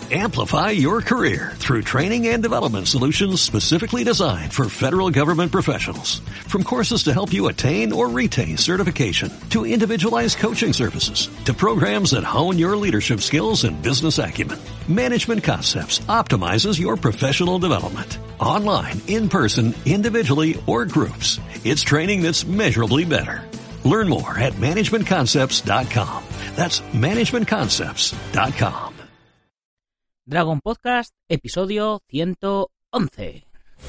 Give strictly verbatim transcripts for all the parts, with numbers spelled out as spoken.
Amplify your career through training and development solutions specifically designed for federal government professionals. From courses to help you attain or retain certification, to individualized coaching services, to programs that hone your leadership skills and business acumen, Management Concepts optimizes your professional development. Online, in person, individually, or groups, it's training that's measurably better. Learn more at management concepts dot com. That's management concepts dot com. Dragon Podcast, episodio ciento once.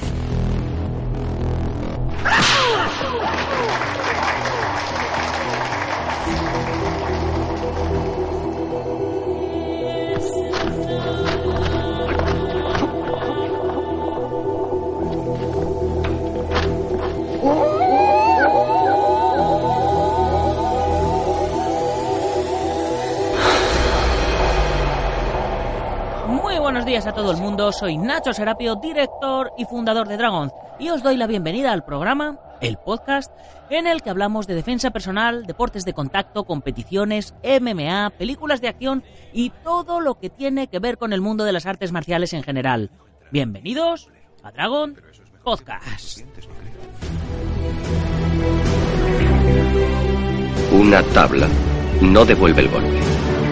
Buenos días a todo el mundo, soy Nacho Serapio, director y fundador de Dragon, y os doy la bienvenida al programa, el podcast, en el que hablamos de defensa personal, deportes de contacto, competiciones, M M A, películas de acción y todo lo que tiene que ver con el mundo de las artes marciales en general. Bienvenidos a Dragon Podcast. Una tabla no devuelve el golpe.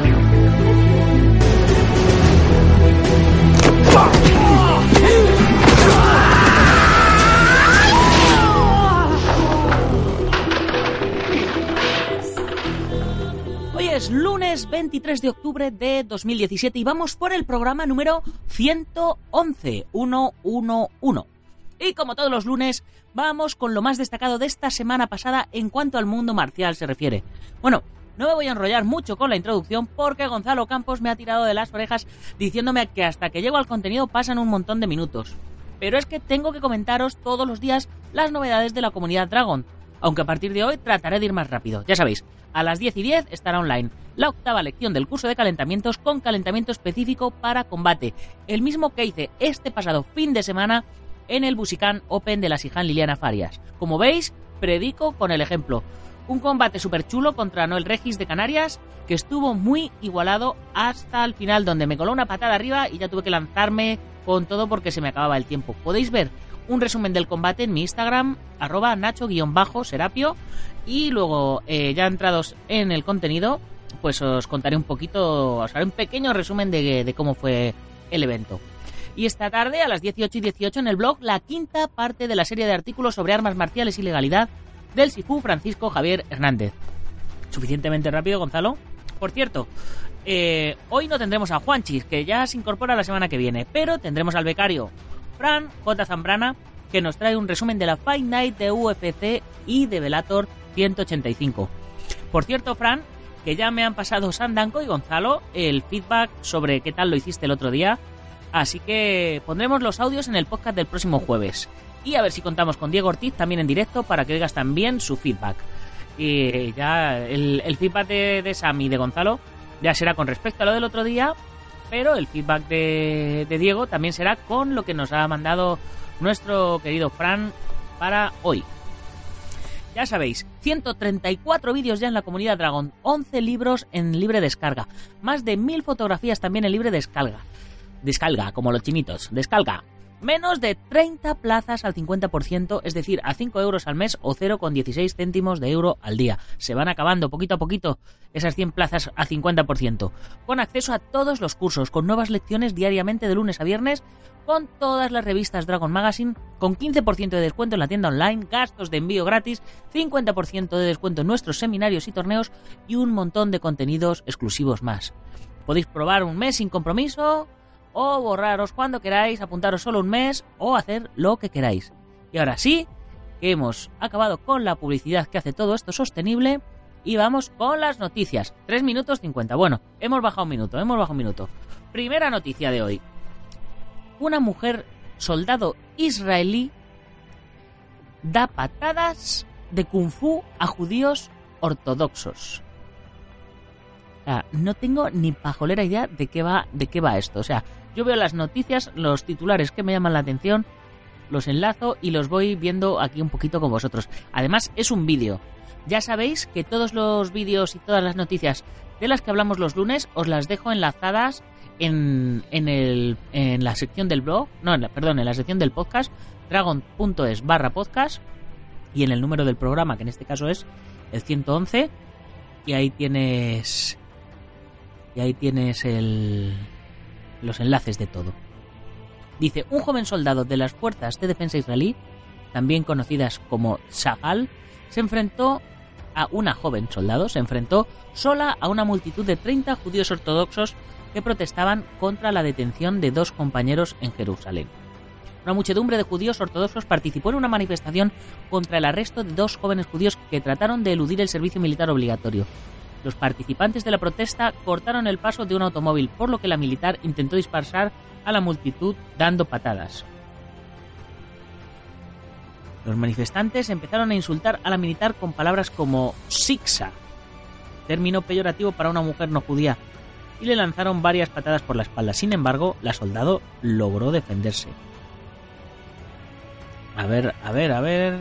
Hoy es lunes veintitrés de octubre de dos mil diecisiete y vamos por el programa número ciento once, ciento once. Y como todos los lunes, vamos con lo más destacado de esta semana pasada en cuanto al mundo marcial se refiere. Bueno, no me voy a enrollar mucho con la introducción porque Gonzalo Campos me ha tirado de las orejas diciéndome que hasta que llego al contenido pasan un montón de minutos. Pero es que tengo que comentaros todos los días las novedades de la comunidad Dragon, aunque a partir de hoy trataré de ir más rápido. Ya sabéis, a las diez y diez estará online la octava lección del curso de calentamientos con calentamiento específico para combate, el mismo que hice este pasado fin de semana en el Busican Open de la Sihan Liliana Farias. Como veis, predico con el ejemplo. Un combate súper chulo contra Noel Regis de Canarias, que estuvo muy igualado hasta el final, donde me coló una patada arriba y ya tuve que lanzarme con todo porque se me acababa el tiempo. Podéis ver un resumen del combate en mi Instagram, arroba nacho-serapio, y luego, eh, ya entrados en el contenido, pues os contaré un poquito, os haré un pequeño resumen de, de cómo fue el evento. Y esta tarde, a las dieciocho y dieciocho, en el blog, la quinta parte de la serie de artículos sobre armas marciales y legalidad del Sifu Francisco Javier Hernández. ¿Suficientemente rápido, Gonzalo? Por cierto, eh, hoy no tendremos a Juanchis, que ya se incorpora la semana que viene, pero tendremos al becario Fran J. Zambrana, que nos trae un resumen de la Fight Night de U F C y de Bellator ciento ochenta y cinco. Por cierto, Fran, que ya me han pasado Sandanko y Gonzalo el feedback sobre qué tal lo hiciste el otro día, así que pondremos los audios en el podcast del próximo jueves. Y a ver si contamos con Diego Ortiz también en directo para que oigas también su feedback. Y ya el, el feedback de, de Sam y de Gonzalo ya será con respecto a lo del otro día, pero el feedback de, de Diego también será con lo que nos ha mandado nuestro querido Fran para hoy. Ya sabéis, ciento treinta y cuatro vídeos ya en la comunidad Dragon, once libros en libre descarga, más de mil fotografías también en libre descarga. Descarga, como los chinitos, descarga. Menos de treinta plazas al cincuenta por ciento, es decir, a cinco euros al mes o cero coma dieciséis céntimos de euro al día. Se van acabando poquito a poquito esas cien plazas a cincuenta por ciento. Con acceso a todos los cursos, con nuevas lecciones diariamente de lunes a viernes, con todas las revistas Dragon Magazine, con quince por ciento de descuento en la tienda online, gastos de envío gratis, cincuenta por ciento de descuento en nuestros seminarios y torneos y un montón de contenidos exclusivos más. Podéis probar un mes sin compromiso, o borraros cuando queráis, apuntaros solo un mes o hacer lo que queráis. Y ahora sí, que hemos acabado con la publicidad que hace todo esto sostenible y vamos con las noticias. tres minutos cincuenta. Bueno, hemos bajado un minuto, hemos bajado un minuto. Primera noticia de hoy. Una mujer soldado israelí da patadas de kung fu a judíos ortodoxos. O sea, no tengo ni pajolera idea de qué va, de qué va esto. O sea, yo veo las noticias, los titulares que me llaman la atención, los enlazo y los voy viendo aquí un poquito con vosotros. Además, es un vídeo. Ya sabéis que todos los vídeos y todas las noticias de las que hablamos los lunes os las dejo enlazadas en, en, el, en la sección del blog, no, en la, perdón, en la sección del podcast, dragon.es barra podcast, y en el número del programa, que en este caso es el ciento once, y ahí tienes y ahí tienes el, los enlaces de todo. Dice, un joven soldado de las fuerzas de defensa israelí, también conocidas como Tsagal, se enfrentó a una joven soldado, se enfrentó sola a una multitud de treinta judíos ortodoxos que protestaban contra la detención de dos compañeros en Jerusalén. Una muchedumbre de judíos ortodoxos participó en una manifestación contra el arresto de dos jóvenes judíos que trataron de eludir el servicio militar obligatorio. Los participantes de la protesta cortaron el paso de un automóvil, por lo que la militar intentó dispersar a la multitud dando patadas. Los manifestantes empezaron a insultar a la militar con palabras como siksa, término peyorativo para una mujer no judía, y le lanzaron varias patadas por la espalda. Sin embargo, la soldado logró defenderse. A ver, a ver, a ver...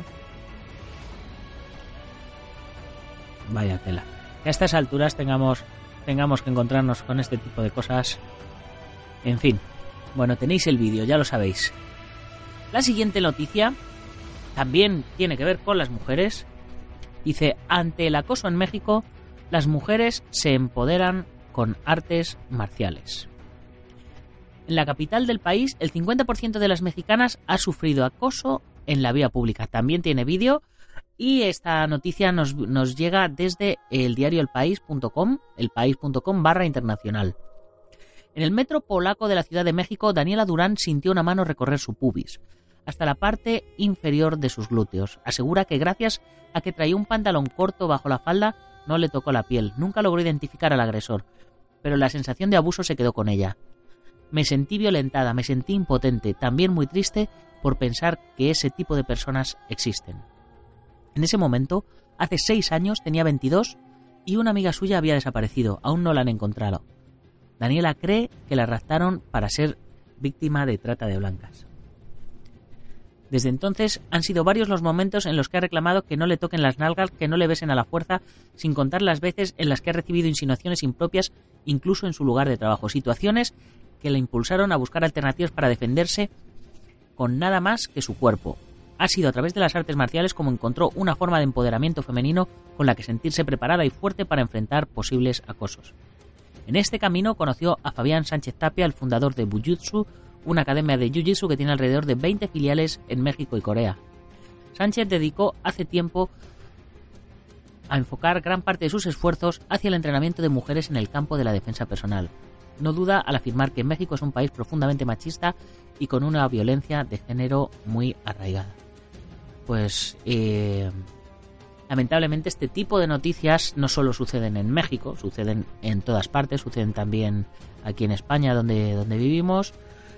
Vaya tela. Que a estas alturas tengamos, tengamos que encontrarnos con este tipo de cosas. En fin. Bueno, tenéis el vídeo, ya lo sabéis. La siguiente noticia también tiene que ver con las mujeres. Dice, ante el acoso en México, las mujeres se empoderan con artes marciales. En la capital del país, el cincuenta por ciento de las mexicanas ha sufrido acoso en la vía pública. También tiene vídeo y esta noticia nos, nos llega desde el diario elpaís punto com, elpaís punto com barra internacional. En el metro polaco de la Ciudad de México, Daniela Durán sintió una mano recorrer su pubis, hasta la parte inferior de sus glúteos. Asegura que gracias a que traía un pantalón corto bajo la falda, no le tocó la piel. Nunca logró identificar al agresor, pero la sensación de abuso se quedó con ella. Me sentí violentada, me sentí impotente, también muy triste por pensar que ese tipo de personas existen. En ese momento, hace seis años, tenía veintidós y una amiga suya había desaparecido. Aún no la han encontrado. Daniela cree que la raptaron para ser víctima de trata de blancas. Desde entonces han sido varios los momentos en los que ha reclamado que no le toquen las nalgas, que no le besen a la fuerza, sin contar las veces en las que ha recibido insinuaciones impropias, incluso en su lugar de trabajo. Situaciones que le impulsaron a buscar alternativas para defenderse con nada más que su cuerpo. Ha sido a través de las artes marciales como encontró una forma de empoderamiento femenino con la que sentirse preparada y fuerte para enfrentar posibles acosos. En este camino conoció a Fabián Sánchez Tapia, el fundador de Bujutsu, una academia de Jiu-Jitsu que tiene alrededor de veinte filiales en México y Corea. Sánchez dedicó hace tiempo a enfocar gran parte de sus esfuerzos hacia el entrenamiento de mujeres en el campo de la defensa personal. No duda al afirmar que México es un país profundamente machista y con una violencia de género muy arraigada. Pues eh, lamentablemente este tipo de noticias no solo suceden en México, suceden en todas partes, suceden también aquí en España donde, donde vivimos.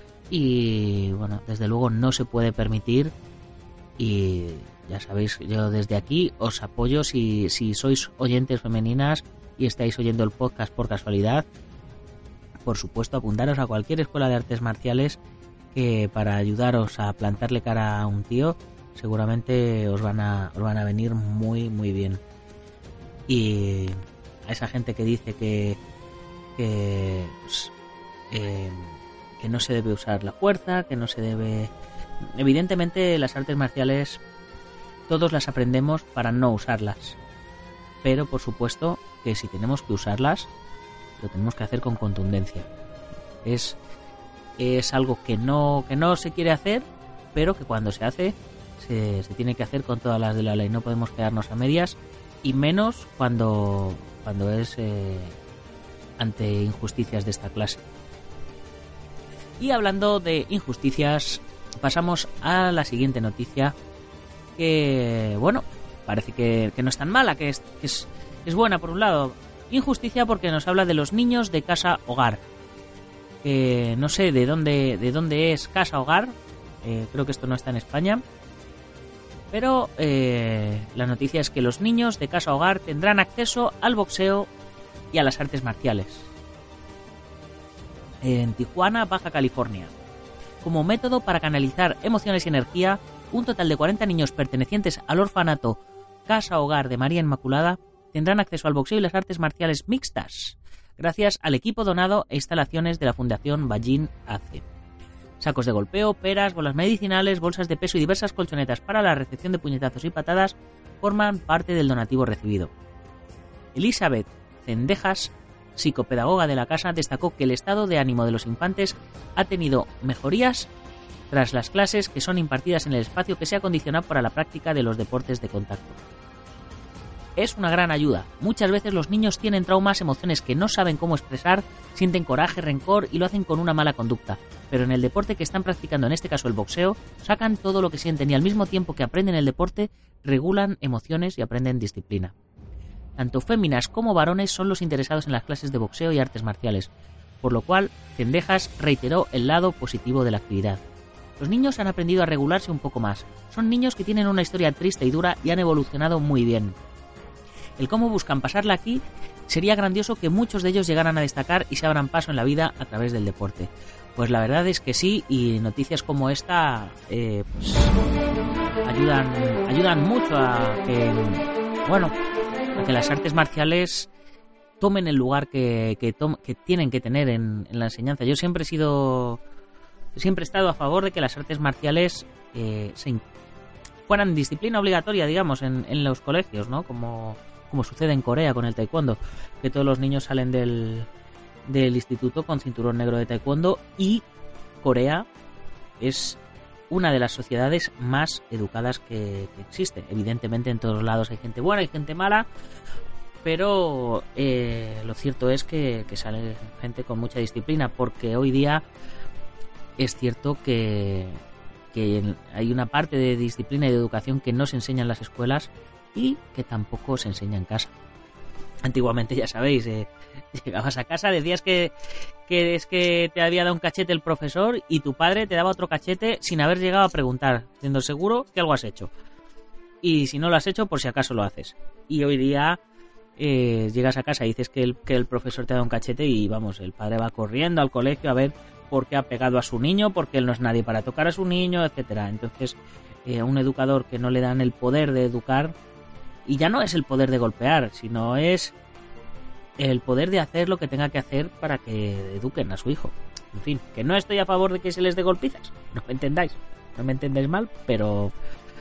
Y bueno, desde luego no se puede permitir, y ya sabéis, yo desde aquí os apoyo si, si sois oyentes femeninas y estáis oyendo el podcast por casualidad, por supuesto apuntaros a cualquier escuela de artes marciales que para ayudaros a plantarle cara a un tío seguramente os van a, os van a venir muy muy bien. Y a esa gente que dice que, que pues, eh, que no se debe usar la fuerza, que no se debe... Evidentemente las artes marciales todos las aprendemos para no usarlas, pero por supuesto que si tenemos que usarlas lo tenemos que hacer con contundencia. Es, es algo que no, que no se quiere hacer, pero que cuando se hace se, se tiene que hacer con todas las de la ley. No podemos quedarnos a medias, y menos cuando, cuando es eh, ante injusticias de esta clase. Y hablando de injusticias, pasamos a la siguiente noticia, que, bueno, parece que, que no es tan mala, que es, que es, es buena por un lado. Injusticia porque nos habla de los niños de casa hogar. Que no sé de dónde, de dónde es casa hogar, eh, creo que esto no está en España. Pero eh, la noticia es que los niños de casa hogar tendrán acceso al boxeo y a las artes marciales. En Tijuana, Baja California. Como método para canalizar emociones y energía, un total de cuarenta niños pertenecientes al orfanato Casa Hogar de María Inmaculada tendrán acceso al boxeo y las artes marciales mixtas gracias al equipo donado e instalaciones de la Fundación Ballín A C. Sacos de golpeo, peras, bolas medicinales, bolsas de peso y diversas colchonetas para la recepción de puñetazos y patadas forman parte del donativo recibido. Elizabeth Cendejas, psicopedagoga de la casa, destacó que el estado de ánimo de los infantes ha tenido mejorías tras las clases que son impartidas en el espacio que se acondicionado para la práctica de los deportes de contacto. Es una gran ayuda. Muchas veces los niños tienen traumas, emociones que no saben cómo expresar, sienten coraje, rencor y lo hacen con una mala conducta. Pero en el deporte que están practicando, en este caso el boxeo, sacan todo lo que sienten y al mismo tiempo que aprenden el deporte, regulan emociones y aprenden disciplina. Tanto féminas como varones son los interesados en las clases de boxeo y artes marciales, por lo cual Cendejas reiteró el lado positivo de la actividad. Los niños han aprendido a regularse un poco más. Son niños que tienen una historia triste y dura y han evolucionado muy bien. El cómo buscan pasarla aquí, sería grandioso que muchos de ellos llegaran a destacar y se abran paso en la vida a través del deporte. Pues la verdad es que sí, y noticias como esta eh, pues, ayudan, ayudan mucho a que, bueno, a que las artes marciales tomen el lugar que, que, tom, que tienen que tener en, en la enseñanza. Yo siempre he sido, siempre he estado a favor de que las artes marciales eh, se, fueran disciplina obligatoria, digamos, en, en los colegios, ¿no? Como como sucede en Corea con el taekwondo, que todos los niños salen del, del instituto con cinturón negro de taekwondo, y Corea es una de las sociedades más educadas que, que existe. Evidentemente en todos lados hay gente buena, hay gente mala, pero eh, lo cierto es que, que sale gente con mucha disciplina, porque hoy día es cierto que, que hay una parte de disciplina y de educación que no se enseña en las escuelas y que tampoco se enseña en casa. Antiguamente, ya sabéis, eh, llegabas a casa, decías que, que es que te había dado un cachete el profesor y tu padre te daba otro cachete sin haber llegado a preguntar, siendo seguro que algo has hecho. Y si no lo has hecho, por si acaso lo haces. Y hoy día eh, llegas a casa y dices que el, que el profesor te da un cachete y vamos, el padre va corriendo al colegio a ver por qué ha pegado a su niño, porque él no es nadie para tocar a su niño, etcétera. Entonces, eh, a un educador que no le dan el poder de educar, y ya no es el poder de golpear, sino es el poder de hacer lo que tenga que hacer para que eduquen a su hijo. En fin, que no estoy a favor de que se les dé golpizas, no me entendáis, no me entendáis mal, pero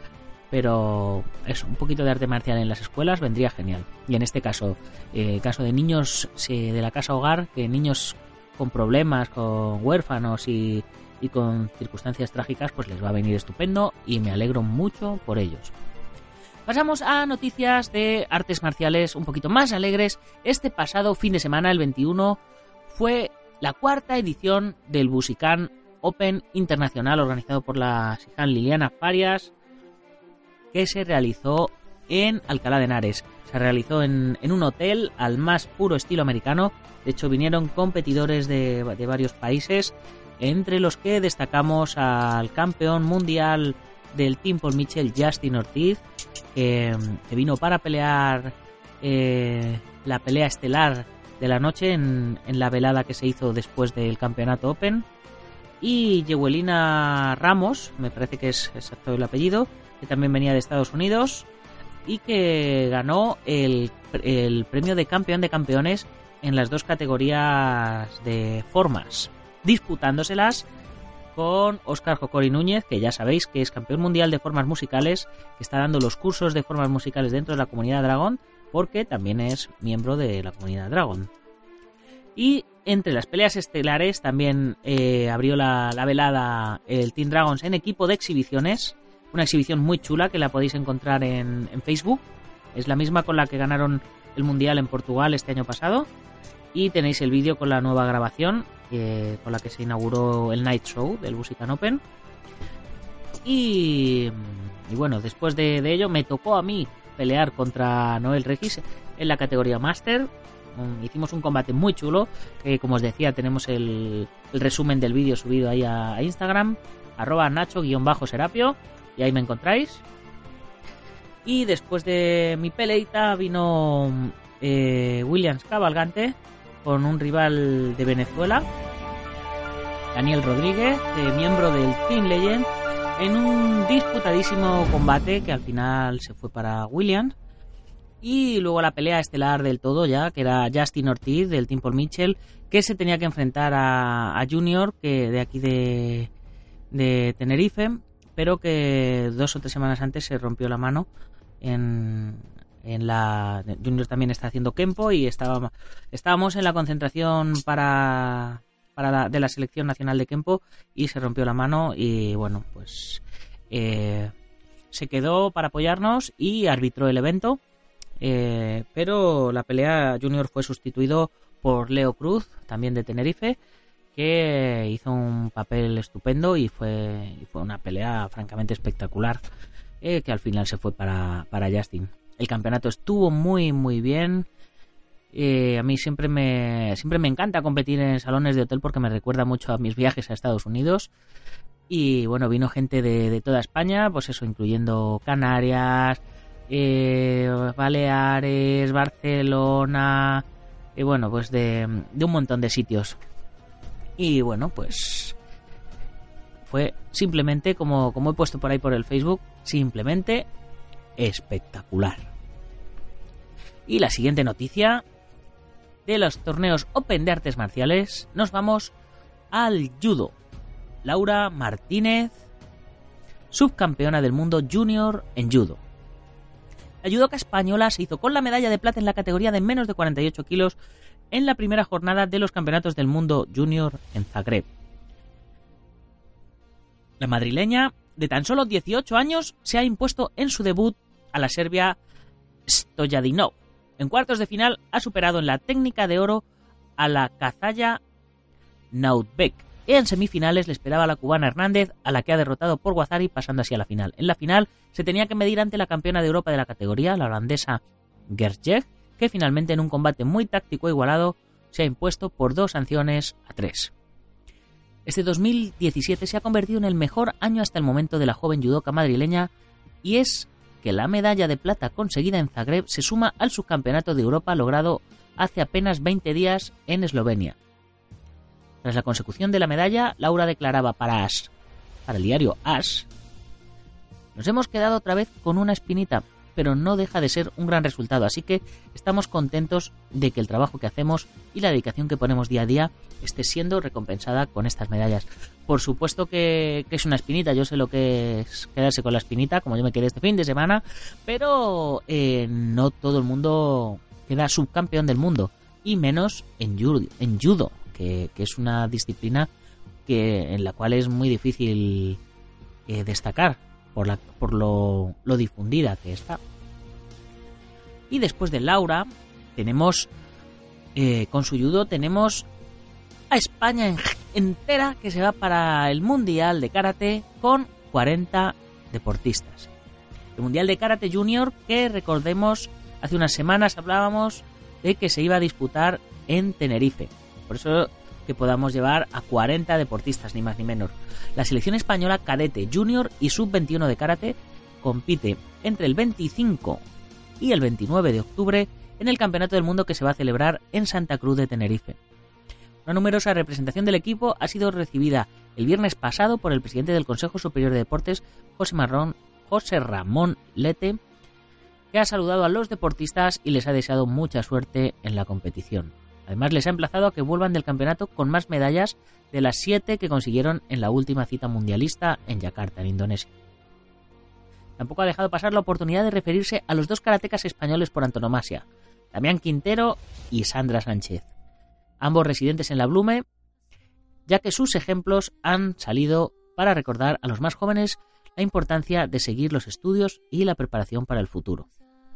pero eso, un poquito de arte marcial en las escuelas vendría genial. Y en este caso, el eh, caso de niños eh, de la casa hogar, que niños con problemas, con huérfanos y, y con circunstancias trágicas, pues les va a venir estupendo y me alegro mucho por ellos. Pasamos a noticias de artes marciales un poquito más alegres. Este pasado fin de semana, el veintiuno, fue la cuarta edición del Budokan Open Internacional organizado por la Sihan Liliana Farias, que se realizó en Alcalá de Henares. Se realizó en, en un hotel al más puro estilo americano. De hecho, vinieron competidores de, de varios países, entre los que destacamos al campeón mundial del Team Paul Mitchell, Justin Ortiz, eh, que vino para pelear eh, la pelea estelar de la noche en, en la velada que se hizo después del campeonato Open, y Yewelina Ramos, me parece que es exacto el apellido, que también venía de Estados Unidos y que ganó el, el premio de campeón de campeones en las dos categorías de formas, disputándoselas con Óscar Jocori Núñez, que ya sabéis que es campeón mundial de formas musicales, que está dando los cursos de formas musicales dentro de la comunidad Dragon, porque también es miembro de la comunidad Dragon. Y entre las peleas estelares también eh, abrió la, la velada el Team Dragons en equipo de exhibiciones, una exhibición muy chula que la podéis encontrar en, en Facebook, es la misma con la que ganaron el mundial en Portugal este año pasado, y tenéis el vídeo con la nueva grabación eh, con la que se inauguró el Night Show del Budokan Open. Y, y bueno, después de, de ello me tocó a mí pelear contra Noel Regis en la categoría Master. Um, hicimos un combate muy chulo, que como os decía tenemos el, el resumen del vídeo subido ahí a, a Instagram, arroba nacho-serapio, y ahí me encontráis. Y después de mi peleita vino eh, Williams Cabalgante con un rival de Venezuela, Daniel Rodríguez, eh, miembro del Team Legend, en un disputadísimo combate que al final se fue para Williams. Y luego la pelea estelar del todo ya, que era Justin Ortiz del Team Paul Mitchell, que se tenía que enfrentar a, a Junior, que de aquí de, de Tenerife, pero que dos o tres semanas antes se rompió la mano en, en la... Junior también está haciendo Kempo y estaba, estábamos en la concentración para, para la, de la selección nacional de Kempo y se rompió la mano y bueno, pues eh, se quedó para apoyarnos y arbitró el evento. Eh, pero la pelea Junior fue sustituido por Leo Cruz, también de Tenerife, que hizo un papel estupendo y fue, y fue una pelea francamente espectacular, eh, que al final se fue para, para Justin. El campeonato estuvo muy muy bien. Eh, a mí siempre me, siempre me encanta competir en salones de hotel porque me recuerda mucho a mis viajes a Estados Unidos. Y bueno, vino gente de, de toda España, pues eso, incluyendo Canarias, Eh, Baleares, Barcelona, y bueno, pues de, de un montón de sitios. Y bueno, pues fue simplemente, como, como he puesto por ahí por el Facebook, simplemente espectacular. Y la siguiente noticia de los torneos Open de artes marciales, nos vamos al judo. Laura Martínez, subcampeona del mundo junior en judo. La judoka española se hizo con la medalla de plata en la categoría de menos de cuarenta y ocho kilos en la primera jornada de los campeonatos del mundo junior en Zagreb. La madrileña, de tan solo dieciocho años, se ha impuesto en su debut a la serbia Stojadinov. En cuartos de final ha superado en la técnica de oro a la kazaya Nautbek. En semifinales le esperaba a la cubana Hernández, a la que ha derrotado por Guazari, pasando así a la final. En la final se tenía que medir ante la campeona de Europa de la categoría, la holandesa Gertjeg, que finalmente en un combate muy táctico e igualado se ha impuesto por dos sanciones a tres. Este dos mil diecisiete se ha convertido en el mejor año hasta el momento de la joven judoka madrileña, y es que la medalla de plata conseguida en Zagreb se suma al subcampeonato de Europa logrado hace apenas veinte días en Eslovenia. Tras la consecución de la medalla, Laura declaraba para As, para el diario As: nos hemos quedado otra vez con una espinita, pero no deja de ser un gran resultado, así que estamos contentos de que el trabajo que hacemos y la dedicación que ponemos día a día esté siendo recompensada con estas medallas. Por supuesto que, que es una espinita, yo sé lo que es quedarse con la espinita, como yo me quedé este fin de semana, pero eh, no todo el mundo queda subcampeón del mundo, y menos en judo, en judo que, que es una disciplina que, en la cual es muy difícil eh, destacar por, la, por lo, lo difundida que está. Y después de Laura tenemos eh, con su judo tenemos a España en, entera, que se va para el Mundial de Karate con cuarenta deportistas. El Mundial de Karate Junior, que recordemos hace unas semanas hablábamos de que se iba a disputar en Tenerife. Por eso que podamos llevar a cuarenta deportistas, ni más ni menos. La selección española cadete, junior y sub veintiuno de karate compite entre el veinticinco y el veintinueve de octubre en el Campeonato del Mundo que se va a celebrar en Santa Cruz de Tenerife. Una numerosa representación del equipo ha sido recibida el viernes pasado por el presidente del Consejo Superior de Deportes, José, Marrón, José Ramón Lete, que ha saludado a los deportistas y les ha deseado mucha suerte en la competición. Además, les ha emplazado a que vuelvan del campeonato con más medallas de las siete que consiguieron en la última cita mundialista en Yakarta, en Indonesia. Tampoco ha dejado pasar la oportunidad de referirse a los dos karatecas españoles por antonomasia, Damián Quintero y Sandra Sánchez, ambos residentes en la Blume, ya que sus ejemplos han salido para recordar a los más jóvenes la importancia de seguir los estudios y la preparación para el futuro.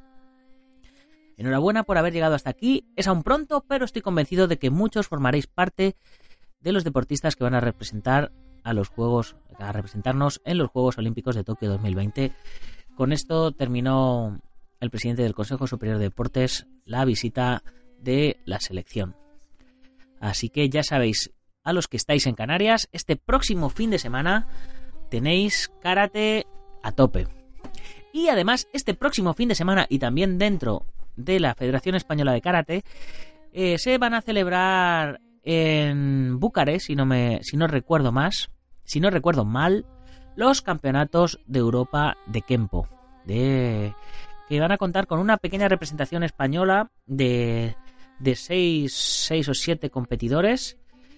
Enhorabuena por haber llegado hasta aquí. Es aún pronto, pero estoy convencido de que muchos formaréis parte de los deportistas que van a representar a los Juegos, a representarnos en los Juegos Olímpicos de Tokio dos mil veinte. Con esto terminó el presidente del Consejo Superior de Deportes la visita de la selección. Así que ya sabéis, a los que estáis en Canarias, este próximo fin de semana tenéis karate a tope. Y además, este próximo fin de semana y también dentro de la Federación Española de Karate, eh, se van a celebrar en Bucarest, si no me, si no recuerdo más, si no recuerdo mal, los campeonatos de Europa de Kempo, de que van a contar con una pequeña representación española de, de seis, seis o siete competidores,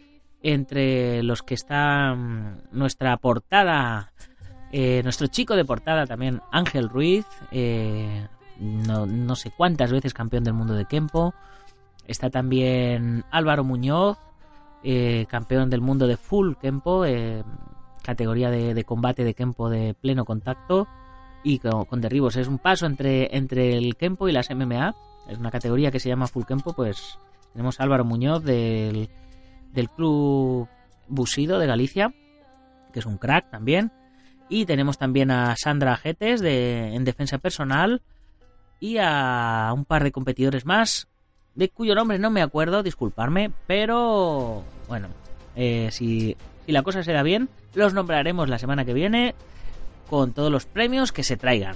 entre los que está nuestra portada, eh, nuestro chico de portada también, Ángel Ruiz, eh, no, no sé cuántas veces campeón del mundo de Kempo. Está también Álvaro Muñoz, eh, campeón del mundo de Full Kempo, eh, categoría de, de combate de Kempo de pleno contacto y con, con derribos. Es un paso entre, entre el Kempo y las M M A. Es una categoría que se llama Full Kempo. Pues tenemos a Álvaro Muñoz del, del Club Busido de Galicia, que es un crack también. Y tenemos también a Sandra Jetes de, en defensa personal, y a un par de competidores más, de cuyo nombre no me acuerdo, disculparme, pero bueno, eh, si, si la cosa se da bien, los nombraremos la semana que viene con todos los premios que se traigan.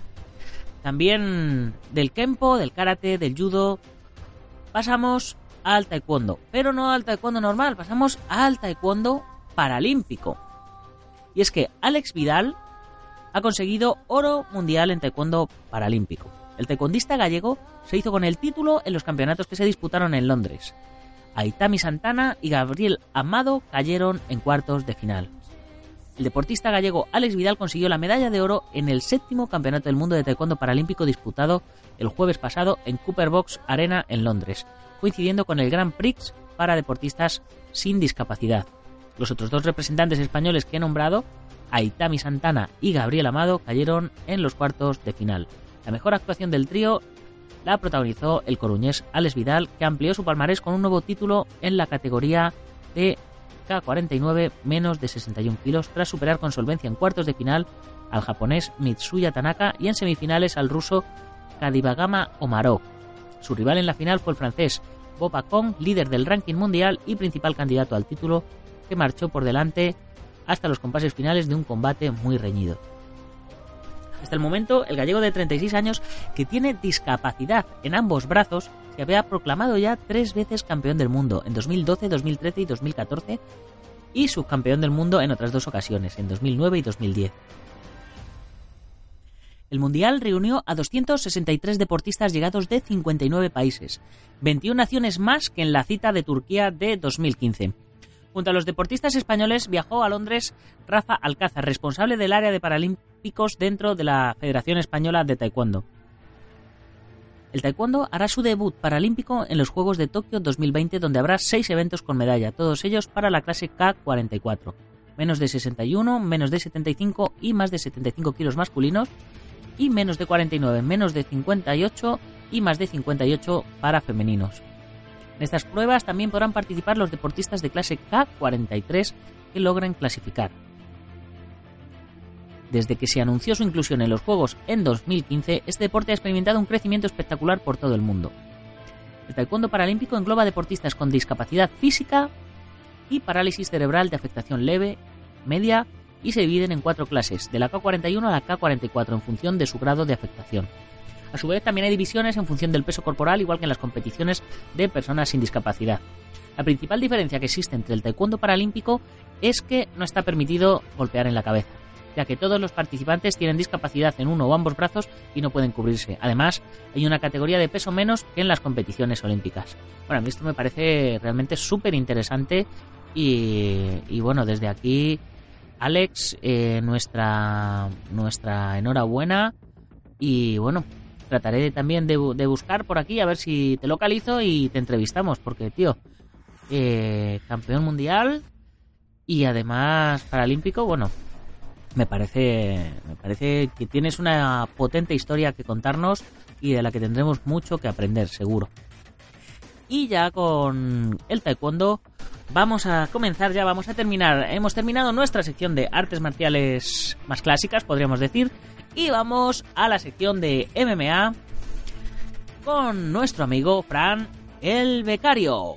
También del Kempo, del Karate, del Judo, pasamos al Taekwondo, pero no al Taekwondo normal, pasamos al Taekwondo Paralímpico. Y es que Alex Vidal ha conseguido oro mundial en Taekwondo Paralímpico. El taekwondista gallego se hizo con el título en los campeonatos que se disputaron en Londres. Aitami Santana y Gabriel Amado cayeron en cuartos de final. El deportista gallego Alex Vidal consiguió la medalla de oro en el séptimo Campeonato del Mundo de Taekwondo Paralímpico disputado el jueves pasado en Cooper Box Arena en Londres, coincidiendo con el Grand Prix para deportistas sin discapacidad. Los otros dos representantes españoles que he nombrado, Aitami Santana y Gabriel Amado, cayeron en los cuartos de final. La mejor actuación del trío la protagonizó el coruñés Alex Vidal, que amplió su palmarés con un nuevo título en la categoría de K cuarenta y nueve menos de sesenta y un kilos, tras superar con solvencia en cuartos de final al japonés Mitsuya Tanaka y en semifinales al ruso Kadibagama Omarov. Su rival en la final fue el francés Boba Kong, líder del ranking mundial y principal candidato al título, que marchó por delante hasta los compases finales de un combate muy reñido. Hasta el momento, el gallego de treinta y seis años, que tiene discapacidad en ambos brazos, se había proclamado ya tres veces campeón del mundo, en dos mil doce, dos mil trece y dos mil catorce, y subcampeón del mundo en otras dos ocasiones, en dos mil nueve y dos mil diez. El Mundial reunió a doscientos sesenta y tres deportistas llegados de cincuenta y nueve países, veintiuna naciones más que en la cita de Turquía de dos mil quince. Junto a los deportistas españoles viajó a Londres Rafa Alcázar, responsable del área de paralímpicos dentro de la Federación Española de Taekwondo. El taekwondo hará su debut paralímpico en los Juegos de Tokio dos mil veinte, donde habrá seis eventos con medalla, todos ellos para la clase K cuarenta y cuatro, menos de sesenta y uno, menos de setenta y cinco y más de setenta y cinco kilos masculinos, y menos de cuarenta y nueve, menos de cincuenta y ocho y más de cincuenta y ocho para femeninos. En estas pruebas también podrán participar los deportistas de clase K cuarenta y tres que logren clasificar. Desde que se anunció su inclusión en los Juegos en dos mil quince, este deporte ha experimentado un crecimiento espectacular por todo el mundo. El taekwondo paralímpico engloba deportistas con discapacidad física y parálisis cerebral de afectación leve, media, y se dividen en cuatro clases, de la K cuarenta y uno a la K cuarenta y cuatro, en función de su grado de afectación. A su vez, también hay divisiones en función del peso corporal, igual que en las competiciones de personas sin discapacidad. La principal diferencia que existe entre el taekwondo paralímpico es que no está permitido golpear en la cabeza, ya que todos los participantes tienen discapacidad en uno o ambos brazos y no pueden cubrirse. Además, hay una categoría de peso menos que en las competiciones olímpicas. Bueno, a mí esto me parece realmente súper interesante y, y bueno, desde aquí, Alex, eh, nuestra, nuestra enhorabuena y bueno, trataré también de, de buscar por aquí a ver si te localizo y te entrevistamos, porque, tío, eh, campeón mundial y además paralímpico, bueno, me parece, me parece que tienes una potente historia que contarnos y de la que tendremos mucho que aprender, seguro. Y ya con el taekwondo vamos a comenzar, ya vamos a terminar. Hemos terminado nuestra sección de artes marciales más clásicas, podríamos decir. Y vamos a la sección de M M A con nuestro amigo Fran el Becario.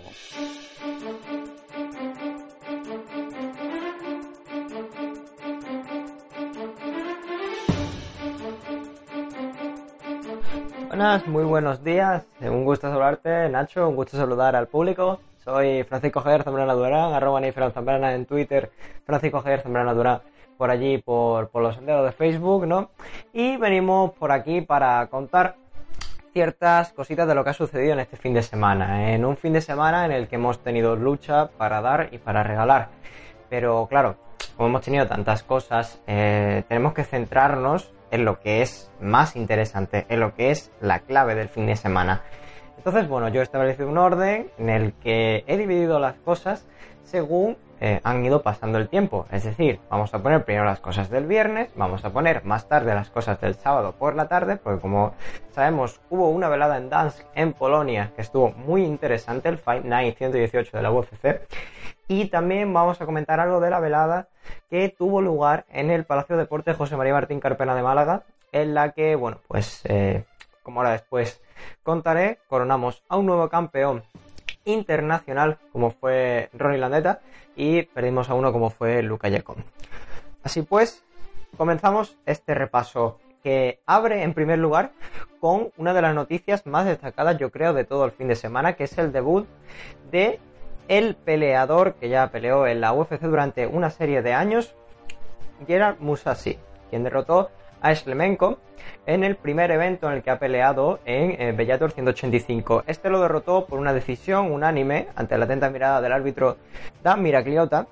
Buenas, muy buenos días. Un gusto saludarte, Nacho. Un gusto saludar al público. Soy Francisco Javier Zambrana Durán, arroba Ney Fran Zambrana en Twitter, Francisco Javier Zambrana Durán por allí, por, por los senderos de Facebook, ¿no? Y venimos por aquí para contar ciertas cositas de lo que ha sucedido en este fin de semana. En un fin de semana en el que hemos tenido lucha para dar y para regalar. Pero claro, como hemos tenido tantas cosas, eh, tenemos que centrarnos en lo que es más interesante, en lo que es la clave del fin de semana. Entonces, bueno, yo he establecido un orden en el que he dividido las cosas según eh, han ido pasando el tiempo. Es decir, vamos a poner primero las cosas del viernes, vamos a poner más tarde las cosas del sábado por la tarde, porque como sabemos hubo una velada en Dansk, en Polonia, que estuvo muy interesante, el Fight Night ciento dieciocho de la U F C. Y también vamos a comentar algo de la velada que tuvo lugar en el Palacio de Deportes José María Martín Carpena de Málaga, en la que, bueno, pues eh, como ahora después contaré, coronamos a un nuevo campeón internacional como fue Ronnie Landeta y perdimos a uno como fue Luka Jacob. Así pues, comenzamos este repaso que abre en primer lugar con una de las noticias más destacadas, yo creo, de todo el fin de semana, que es el debut de el peleador que ya peleó en la U F C durante una serie de años, Gerard Mousasi, quien derrotó a Shlemenko en el primer evento en el que ha peleado en eh, Bellator ciento ochenta y cinco. Este lo derrotó por una decisión unánime ante la atenta mirada del árbitro Dan Miragliota.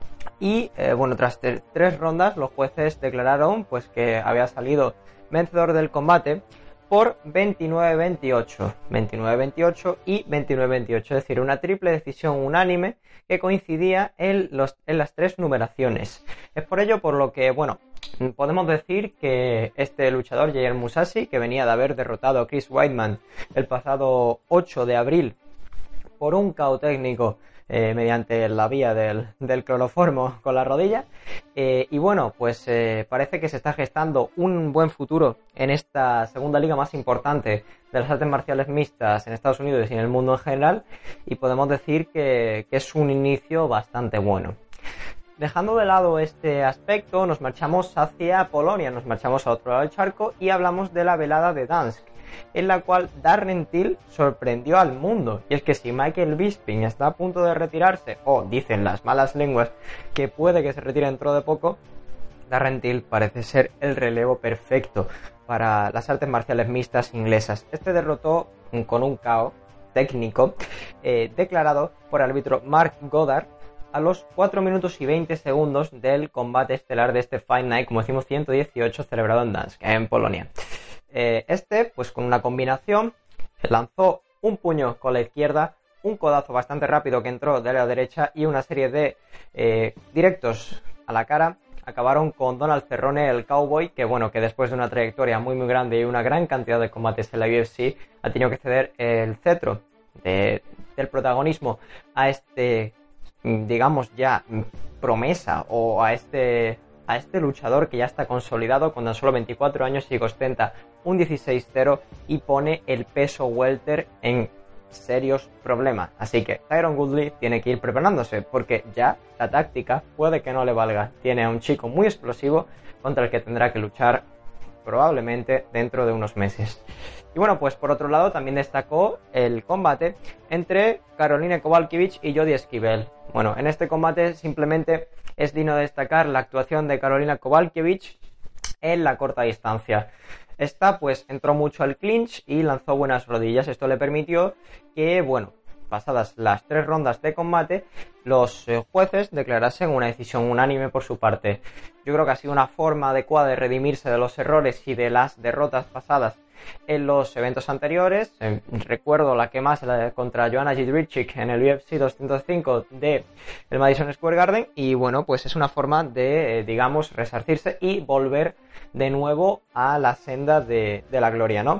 Y eh, bueno, tras t- tres rondas los jueces declararon pues que había salido vencedor del combate por veintinueve veintiocho, veintinueve veintiocho y veintinueve veintiocho, es decir, una triple decisión unánime que coincidía en, los, en las tres numeraciones. Es por ello por lo que, bueno, podemos decir que este luchador, Gerard Mousasi, que venía de haber derrotado a Chris Weidman el pasado ocho de abril por un K O técnico eh, mediante la vía del, del cloroformo con la rodilla, eh, y bueno, pues eh, parece que se está gestando un buen futuro en esta segunda liga más importante de las artes marciales mixtas en Estados Unidos y en el mundo en general, y podemos decir que, que es un inicio bastante bueno. Dejando de lado este aspecto, nos marchamos hacia Polonia, nos marchamos a otro lado del charco y hablamos de la velada de Dansk, en la cual Darren Till sorprendió al mundo. Y es que si Michael Bisping está a punto de retirarse, o dicen las malas lenguas que puede que se retire dentro de poco, Darren Till parece ser el relevo perfecto para las artes marciales mixtas inglesas. Este derrotó con un K O técnico eh, declarado por el árbitro Mark Goddard a los cuatro minutos y veinte segundos del combate estelar de este Fight Night, como decimos, ciento dieciocho, celebrado en Dansk, en Polonia. Eh, este, pues con una combinación, lanzó un puño con la izquierda, un codazo bastante rápido que entró de la derecha y una serie de eh, directos a la cara acabaron con Donald Cerrone, el Cowboy, que bueno, que después de una trayectoria muy muy grande y una gran cantidad de combates en la U F C, ha tenido que ceder el cetro de, del protagonismo a este, digamos ya, promesa, o a este, a este luchador que ya está consolidado con tan solo veinticuatro años y que ostenta un dieciséis cero y pone el peso welter en serios problemas. Así que Tyron Woodley tiene que ir preparándose, porque ya la táctica puede que no le valga. Tiene a un chico muy explosivo contra el que tendrá que luchar probablemente dentro de unos meses. Y bueno, pues por otro lado también destacó el combate entre Karolina Kowalkiewicz y Jodie Esquivel. Bueno, en este combate simplemente es digno de destacar la actuación de Karolina Kowalkiewicz en la corta distancia. Esta pues entró mucho al clinch y lanzó buenas rodillas. Esto le permitió que, bueno, pasadas las tres rondas de combate, los eh, jueces declarasen una decisión unánime por su parte. Yo creo que ha sido una forma adecuada de redimirse de los errores y de las derrotas pasadas en los eventos anteriores. Eh, recuerdo la que más la contra Joanna Jędrzejczyk en el U F C doscientos cinco de el Madison Square Garden, y bueno, pues es una forma de, eh, digamos, resarcirse y volver de nuevo a la senda de, de la gloria, ¿no?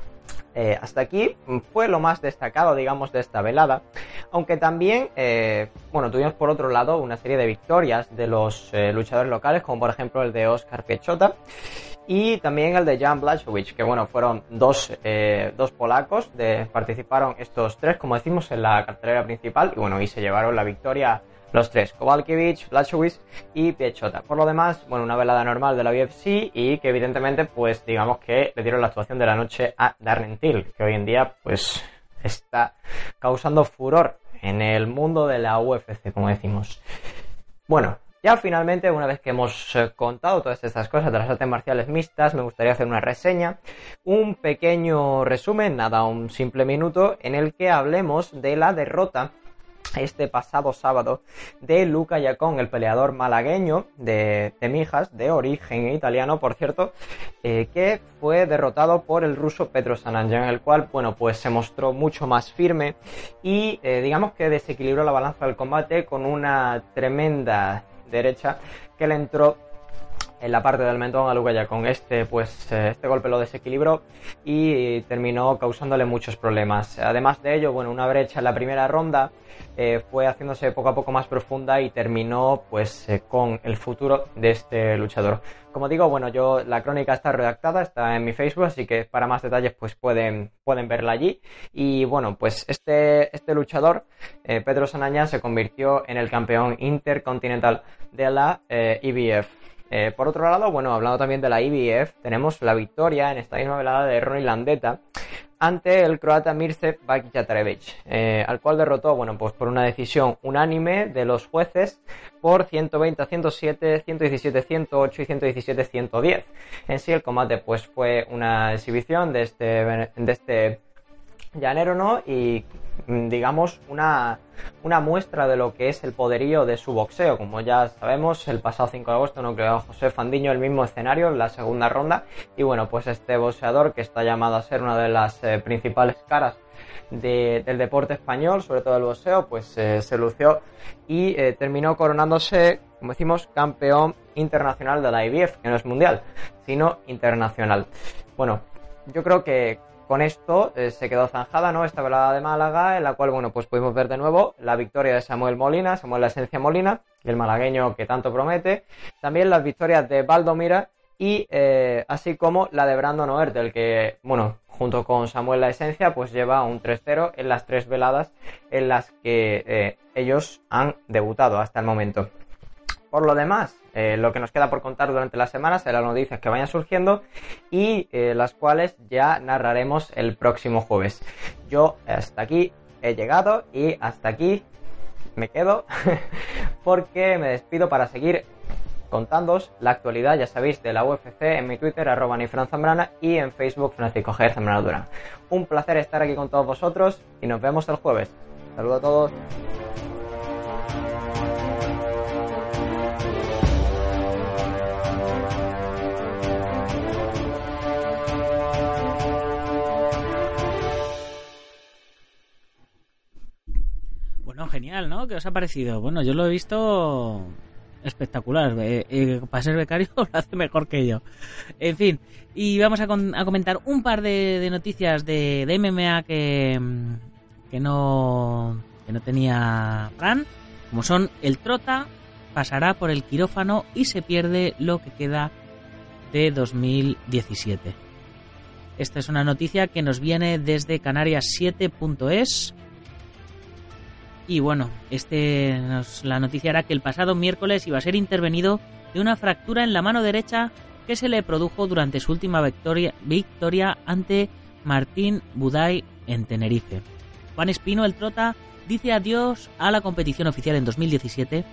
Eh, hasta aquí fue lo más destacado, digamos, de esta velada, aunque también, eh, bueno, tuvimos por otro lado una serie de victorias de los eh, luchadores locales, como por ejemplo el de Oskar Piechota y también el de Jan Blachowicz, que bueno, fueron dos, eh, dos polacos, de, participaron estos tres, como decimos, en la cartelera principal, y bueno, y se llevaron la victoria los tres, Kowalkiewicz, Blachowicz y Piechota. Por lo demás, bueno, una velada normal de la U F C y que evidentemente, pues digamos que le dieron la actuación de la noche a Darren Till, que hoy en día, pues, está causando furor en el mundo de la U F C, como decimos. Bueno, Ya finalmente, una vez que hemos eh, contado todas estas cosas de las artes marciales mixtas, me gustaría hacer una reseña, un pequeño resumen, nada, un simple minuto, en el que hablemos de la derrota este pasado sábado de Luca Iacón, el peleador malagueño de, de Mijas, de origen italiano, por cierto, eh, que fue derrotado por el ruso Petro Sananjan, en el cual, bueno, pues se mostró mucho más firme y eh, digamos que desequilibró la balanza del combate con una tremenda derecha que le entró en la parte del mentón a Luca Iacón. Este, pues, este golpe lo desequilibró y terminó causándole muchos problemas. Además de ello, bueno, una brecha en la primera ronda eh, fue haciéndose poco a poco más profunda y terminó, pues, eh, con el futuro de este luchador. Como digo, bueno, yo la crónica está redactada, está en mi Facebook, así que para más detalles, pues, pueden, pueden verla allí. Y bueno, pues, este, este luchador, eh, Petro Sananjan, se convirtió en el campeón intercontinental de la eh, I B F. Eh, por otro lado, bueno, hablando también de la I B F, tenemos la victoria en esta misma velada de Ronnie Landeta ante el croata Mirce Bajatović, eh, al cual derrotó, bueno, pues por una decisión unánime de los jueces por ciento veinte a ciento siete, ciento diecisiete a ciento ocho y ciento diecisiete a ciento diez. En sí el combate pues fue una exhibición de este, de este llanero, ¿no? Y digamos una, una muestra de lo que es el poderío de su boxeo. Como ya sabemos, el pasado cinco de agosto no creó José Fandiño el mismo escenario en la segunda ronda y bueno, pues este boxeador que está llamado a ser una de las eh, principales caras de, del deporte español, sobre todo el boxeo, pues eh, se lució y eh, terminó coronándose, como decimos, campeón internacional de la I B F, que no es mundial, sino internacional. Bueno, yo creo que con esto eh, se quedó zanjada, ¿no?, esta velada de Málaga, en la cual, bueno, pues pudimos ver de nuevo la victoria de Samuel Molina, Samuel La Esencia Molina, el malagueño que tanto promete, también las victorias de Valdomira y eh, así como la de Brandon Oert, del que, bueno, junto con Samuel La Esencia, pues lleva un tres cero en las tres veladas en las que eh, ellos han debutado hasta el momento. Por lo demás, eh, lo que nos queda por contar durante las semanas serán las noticias que vayan surgiendo y eh, las cuales ya narraremos el próximo jueves. Yo hasta aquí he llegado y hasta aquí me quedo porque me despido para seguir contándoos la actualidad, ya sabéis, de la U F C en mi Twitter, arroba nifranzambrana, y en Facebook, Francisco G. Zambrana Durán. Un placer estar aquí con todos vosotros y nos vemos el jueves. Saludos a todos. Bueno, genial, ¿no? ¿Qué os ha parecido? Bueno, yo lo he visto espectacular. Eh, eh, para ser becario lo hace mejor que yo. En fin, y vamos a, con, a comentar un par de, de noticias de, de M M A que, que, no, que no tenía Fran, como son: el Trota pasará por el quirófano y se pierde lo que queda de dos mil diecisiete. Esta es una noticia que nos viene desde canarias siete punto es. Y bueno, este nos, la noticia era que el pasado miércoles iba a ser intervenido de una fractura en la mano derecha que se le produjo durante su última victoria, victoria ante Martín Buday en Tenerife. Juan Espino, el Trota, dice adiós a la competición oficial en dos mil diecisiete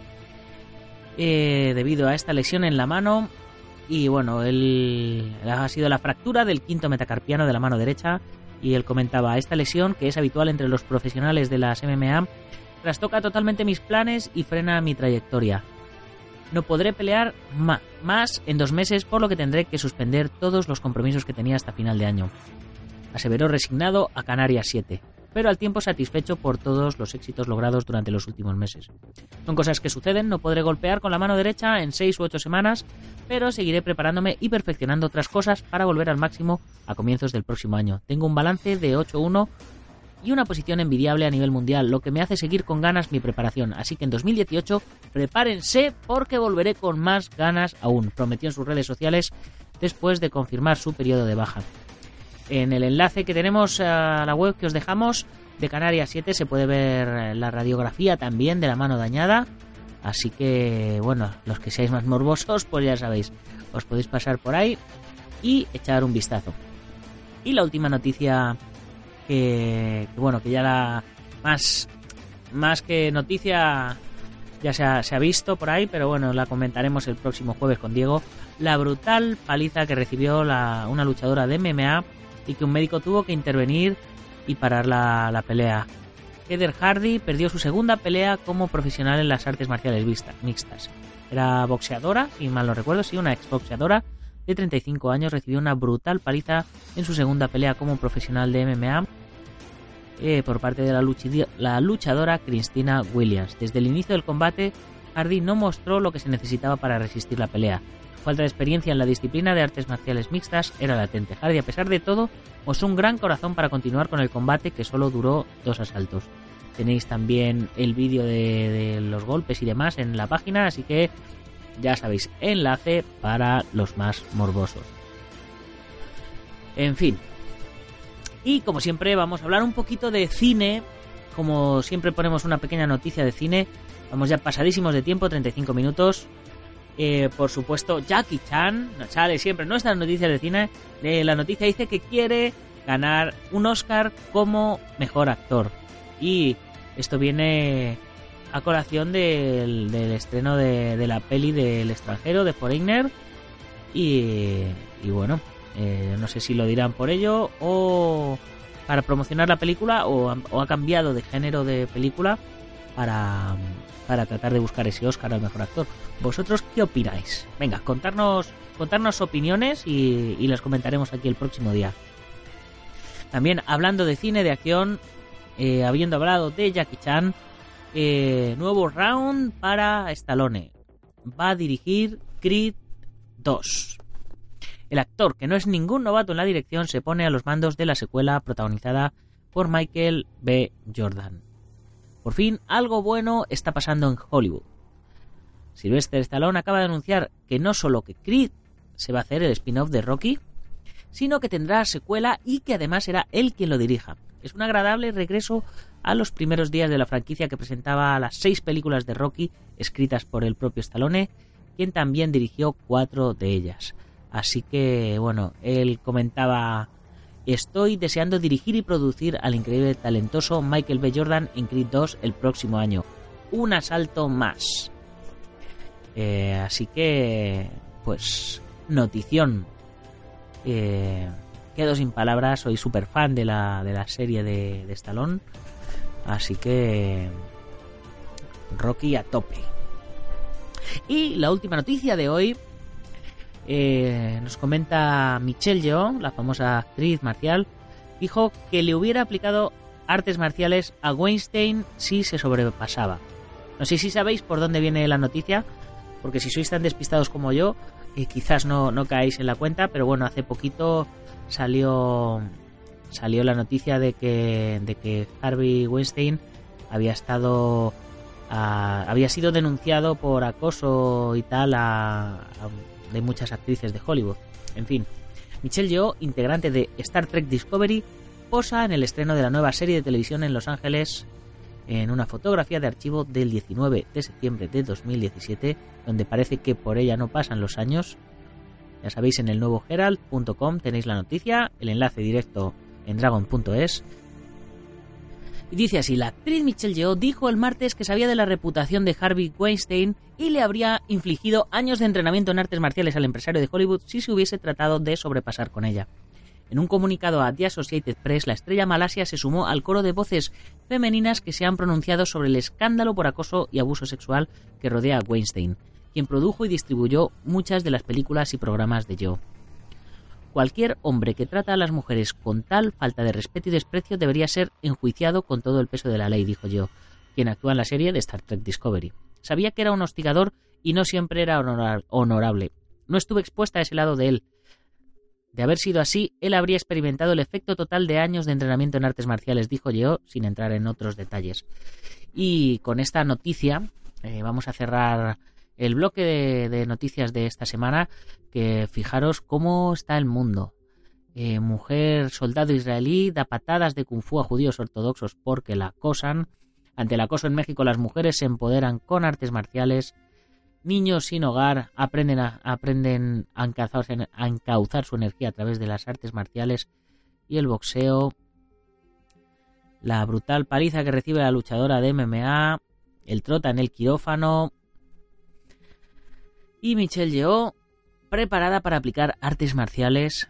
eh, debido a esta lesión en la mano. Y bueno, él ha sido la fractura del quinto metacarpiano de la mano derecha. Y él comentaba: esta lesión, que es habitual entre los profesionales de las M M A, trastoca totalmente mis planes y frena mi trayectoria. No podré pelear ma- más en dos meses, por lo que tendré que suspender todos los compromisos que tenía hasta final de año. Aseveró resignado a Canarias siete, pero al tiempo satisfecho por todos los éxitos logrados durante los últimos meses. Son cosas que suceden, no podré golpear con la mano derecha en seis u ocho semanas, pero seguiré preparándome y perfeccionando otras cosas para volver al máximo a comienzos del próximo año. Tengo un balance de ocho uno y una posición envidiable a nivel mundial, lo que me hace seguir con ganas mi preparación. Así que en dos mil dieciocho prepárense porque volveré con más ganas aún, prometió en sus redes sociales después de confirmar su periodo de baja. En el enlace que tenemos a la web que os dejamos de Canarias siete se puede ver la radiografía también de la mano dañada. Así que, bueno, los que seáis más morbosos, pues ya sabéis, os podéis pasar por ahí y echar un vistazo. Y la última noticia que, que bueno, que ya la más, más que noticia, ya se ha, se ha visto por ahí, pero bueno, la comentaremos el próximo jueves con Diego. La brutal paliza que recibió la, una luchadora de M M A y que un médico tuvo que intervenir y parar la, la pelea. Heather Hardy perdió su segunda pelea como profesional en las artes marciales mixtas. Era boxeadora, si mal no recuerdo, sí, una exboxeadora de treinta y cinco años, recibió una brutal paliza en su segunda pelea como profesional de M M A eh, por parte de la, luchid- la luchadora Christina Williams. Desde el inicio del combate, Hardy no mostró lo que se necesitaba para resistir la pelea. Su falta de experiencia en la disciplina de artes marciales mixtas era latente. Hardy, a pesar de todo, mostró un gran corazón para continuar con el combate, que solo duró dos asaltos. Tenéis también el vídeo de, de los golpes y demás en la página, así que ya sabéis, enlace para los más morbosos. En fin. Y como siempre vamos a hablar un poquito de cine. Como siempre ponemos una pequeña noticia de cine. Vamos ya pasadísimos de tiempo, treinta y cinco minutos. Eh, por supuesto, Jackie Chan sale siempre nuestras noticias de cine. Eh, la noticia dice que quiere ganar un Oscar como mejor actor. Y esto viene a colación del, del estreno de, de la peli del extranjero, de Foreigner. Y, y bueno, eh, no sé si lo dirán por ello o para promocionar la película o, o ha cambiado de género de película para, para tratar de buscar ese Oscar al mejor actor. ¿Vosotros qué opináis? Venga, contarnos, contarnos opiniones y, y las comentaremos aquí el próximo día. También hablando de cine de acción, eh, habiendo hablado de Jackie Chan, eh, nuevo round para Stallone. Va a dirigir Creed dos. El actor, que no es ningún novato en la dirección, se pone a los mandos de la secuela protagonizada por Michael B. Jordan. Por fin, algo bueno está pasando en Hollywood. Sylvester Stallone acaba de anunciar que no solo que Creed se va a hacer el spin-off de Rocky, sino que tendrá secuela y que además será él quien lo dirija. Es un agradable regreso a los primeros días de la franquicia, que presentaba las seis películas de Rocky escritas por el propio Stallone, quien también dirigió cuatro de ellas. Así que, bueno, él comentaba: estoy deseando dirigir y producir al increíble talentoso Michael B. Jordan en Creed dos el próximo año. Un asalto más. Eh, así que, pues, notición. Eh, quedo sin palabras, soy súper fan de la, de la serie de, de Stallone. Así que Rocky a tope. Y la última noticia de hoy, eh, nos comenta Michelle Yeoh, la famosa actriz marcial, dijo que le hubiera aplicado artes marciales a Weinstein si se sobrepasaba. No sé si sabéis por dónde viene la noticia, porque si sois tan despistados como yo, eh, quizás no, no caáis en la cuenta, pero bueno, hace poquito salió salió la noticia de que de que Harvey Weinstein había estado a, había sido denunciado por acoso y tal a, a, de muchas actrices de Hollywood. En fin, Michelle Yeoh, integrante de Star Trek Discovery, posa en el estreno de la nueva serie de televisión en Los Ángeles en una fotografía de archivo del diecinueve de septiembre de dos mil diecisiete, donde parece que por ella no pasan los años. Ya sabéis, en el nuevo herald punto com tenéis la noticia, el enlace directo en dragon punto es. Y dice así: la actriz Michelle Yeoh dijo el martes que sabía de la reputación de Harvey Weinstein y le habría infligido años de entrenamiento en artes marciales al empresario de Hollywood si se hubiese tratado de sobrepasar con ella. En un comunicado a The Associated Press, la estrella malasia se sumó al coro de voces femeninas que se han pronunciado sobre el escándalo por acoso y abuso sexual que rodea a Weinstein, quien produjo y distribuyó muchas de las películas y programas de Yeoh. Cualquier hombre que trata a las mujeres con tal falta de respeto y desprecio debería ser enjuiciado con todo el peso de la ley, dijo Yeoh, quien actúa en la serie de Star Trek Discovery. Sabía que era un hostigador y no siempre era honorable. No estuve expuesta a ese lado de él. De haber sido así, él habría experimentado el efecto total de años de entrenamiento en artes marciales, dijo Yeoh, sin entrar en otros detalles. Y con esta noticia eh, vamos a cerrar el bloque de, de noticias de esta semana, que fijaros cómo está el mundo. Eh, mujer soldado israelí da patadas de kung fu a judíos ortodoxos porque la acosan. Ante el acoso en México, las mujeres se empoderan con artes marciales. Niños sin hogar aprenden a, aprenden a, encauzar, a encauzar su energía a través de las artes marciales y el boxeo. La brutal paliza que recibe la luchadora de M M A. el Trota en el quirófano y Michelle Yeoh preparada para aplicar artes marciales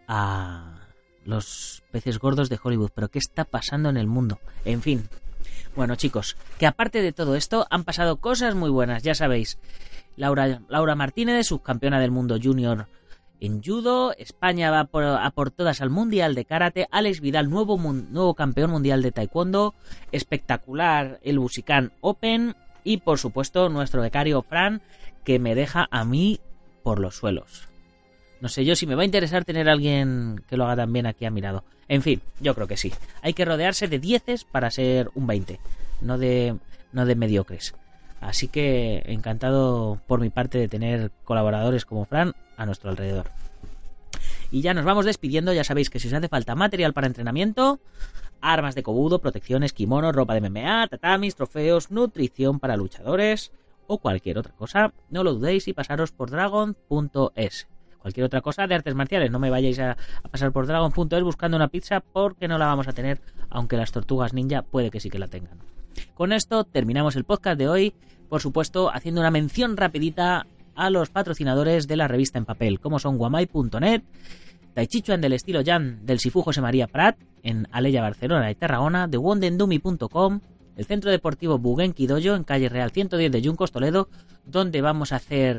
a los peces gordos de Hollywood. ¿Pero qué está pasando en el mundo? En fin. Bueno, chicos, que aparte de todo esto han pasado cosas muy buenas, ya sabéis. Laura, Laura Martínez, subcampeona del mundo junior en judo. España va por, a por todas al mundial de karate. Alex Vidal, nuevo, nuevo campeón mundial de taekwondo. Espectacular el Busican Open. Y por supuesto nuestro becario Fran, que me deja a mí por los suelos. No sé yo si me va a interesar tener a alguien que lo haga también aquí a mi lado. En fin, yo creo que sí. Hay que rodearse de dieces para ser un veinte, no de, no de mediocres. Así que encantado por mi parte de tener colaboradores como Fran a nuestro alrededor. Y ya nos vamos despidiendo. Ya sabéis que si os hace falta material para entrenamiento, armas de kobudo, protecciones, kimonos, ropa de M M A, tatamis, trofeos, nutrición para luchadores o cualquier otra cosa, no lo dudéis y pasaros por dragon punto es. Cualquier otra cosa de artes marciales, no me vayáis a, a pasar por dragon punto es buscando una pizza, porque no la vamos a tener, aunque las tortugas ninja puede que sí que la tengan. Con esto terminamos el podcast de hoy, por supuesto haciendo una mención rapidita a los patrocinadores de la revista en papel, como son guamai punto net, Tai Chi Chuan del estilo Jan del Sifu José María Prat en Alella, Barcelona y Tarragona, de wondendumi punto com, el Centro Deportivo Buguenqui Dojo en calle Real ciento diez de Yuncos, Toledo, donde vamos a hacer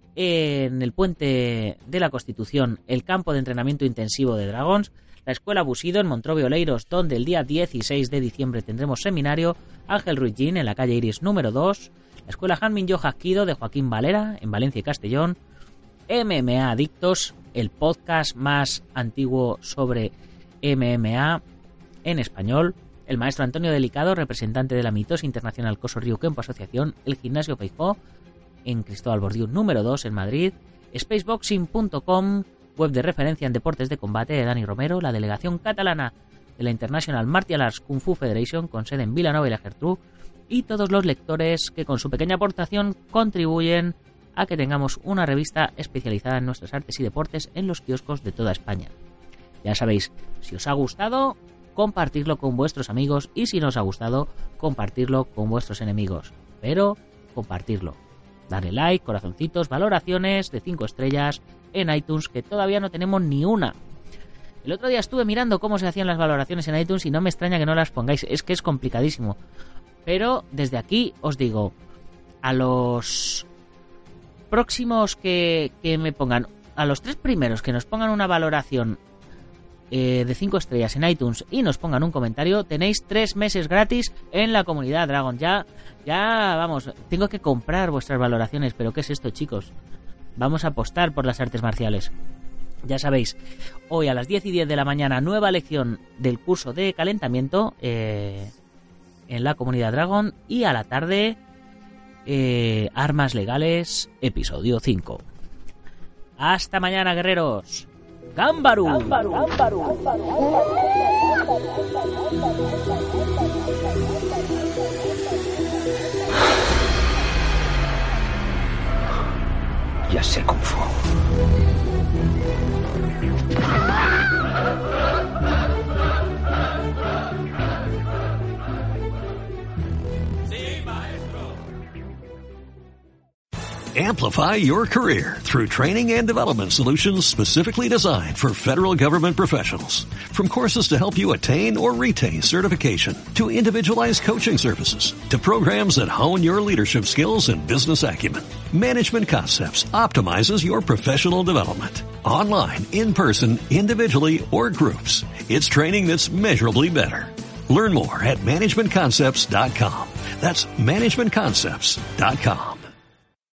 en el Puente de la Constitución el campo de entrenamiento intensivo de Dragons, la Escuela Busido en Montrobio Oleiros, donde el día dieciséis de diciembre tendremos seminario, Ángel Ruiz Gin en la calle Iris número dos, la Escuela Hanmin Yo Hapkido de Joaquín Valera en Valencia y Castellón, M M A Adictos, el podcast más antiguo sobre M M A en español, el maestro Antonio Delicado, representante de la mitosa internacional Coso Río Kempo Asociación, el Gimnasio Feijó en Cristóbal Bordiú número dos en Madrid, spaceboxing punto com, web de referencia en deportes de combate de Dani Romero, la delegación catalana de la International Martial Arts Kung Fu Federation con sede en Vilanova y la Gertrú, y todos los lectores que con su pequeña aportación contribuyen a que tengamos una revista especializada en nuestras artes y deportes en los kioscos de toda España. Ya sabéis, si os ha gustado, compartirlo con vuestros amigos, y si no os ha gustado, compartirlo con vuestros enemigos. Pero compartirlo. Dale like, corazoncitos, valoraciones de cinco estrellas en iTunes, que todavía no tenemos ni una. El otro día estuve mirando cómo se hacían las valoraciones en iTunes y no me extraña que no las pongáis, es que es complicadísimo. Pero desde aquí os digo, a los próximos que, que me pongan, a los tres primeros que nos pongan una valoración eh, de cinco estrellas en iTunes y nos pongan un comentario, tenéis tres meses gratis en la comunidad Dragon. Ya, ya, vamos, tengo que comprar vuestras valoraciones, pero ¿qué es esto, chicos? Vamos a apostar por las artes marciales. Ya sabéis, hoy a las diez y diez de la mañana, nueva lección del curso de calentamiento eh, en la comunidad Dragon, y a la tarde eh, Armas Legales, episodio cinco. Hasta mañana, guerreros. ¡Gámbaru! ¡Gámbaru! ¡Gámbaru! Ya sé Kung Fu. Amplify your career through training and development solutions specifically designed for federal government professionals. From courses to help you attain or retain certification, to individualized coaching services, to programs that hone your leadership skills and business acumen, Management Concepts optimizes your professional development. Online, in person, individually, or groups, it's training that's measurably better. Learn more at management concepts dot com. That's management concepts dot com.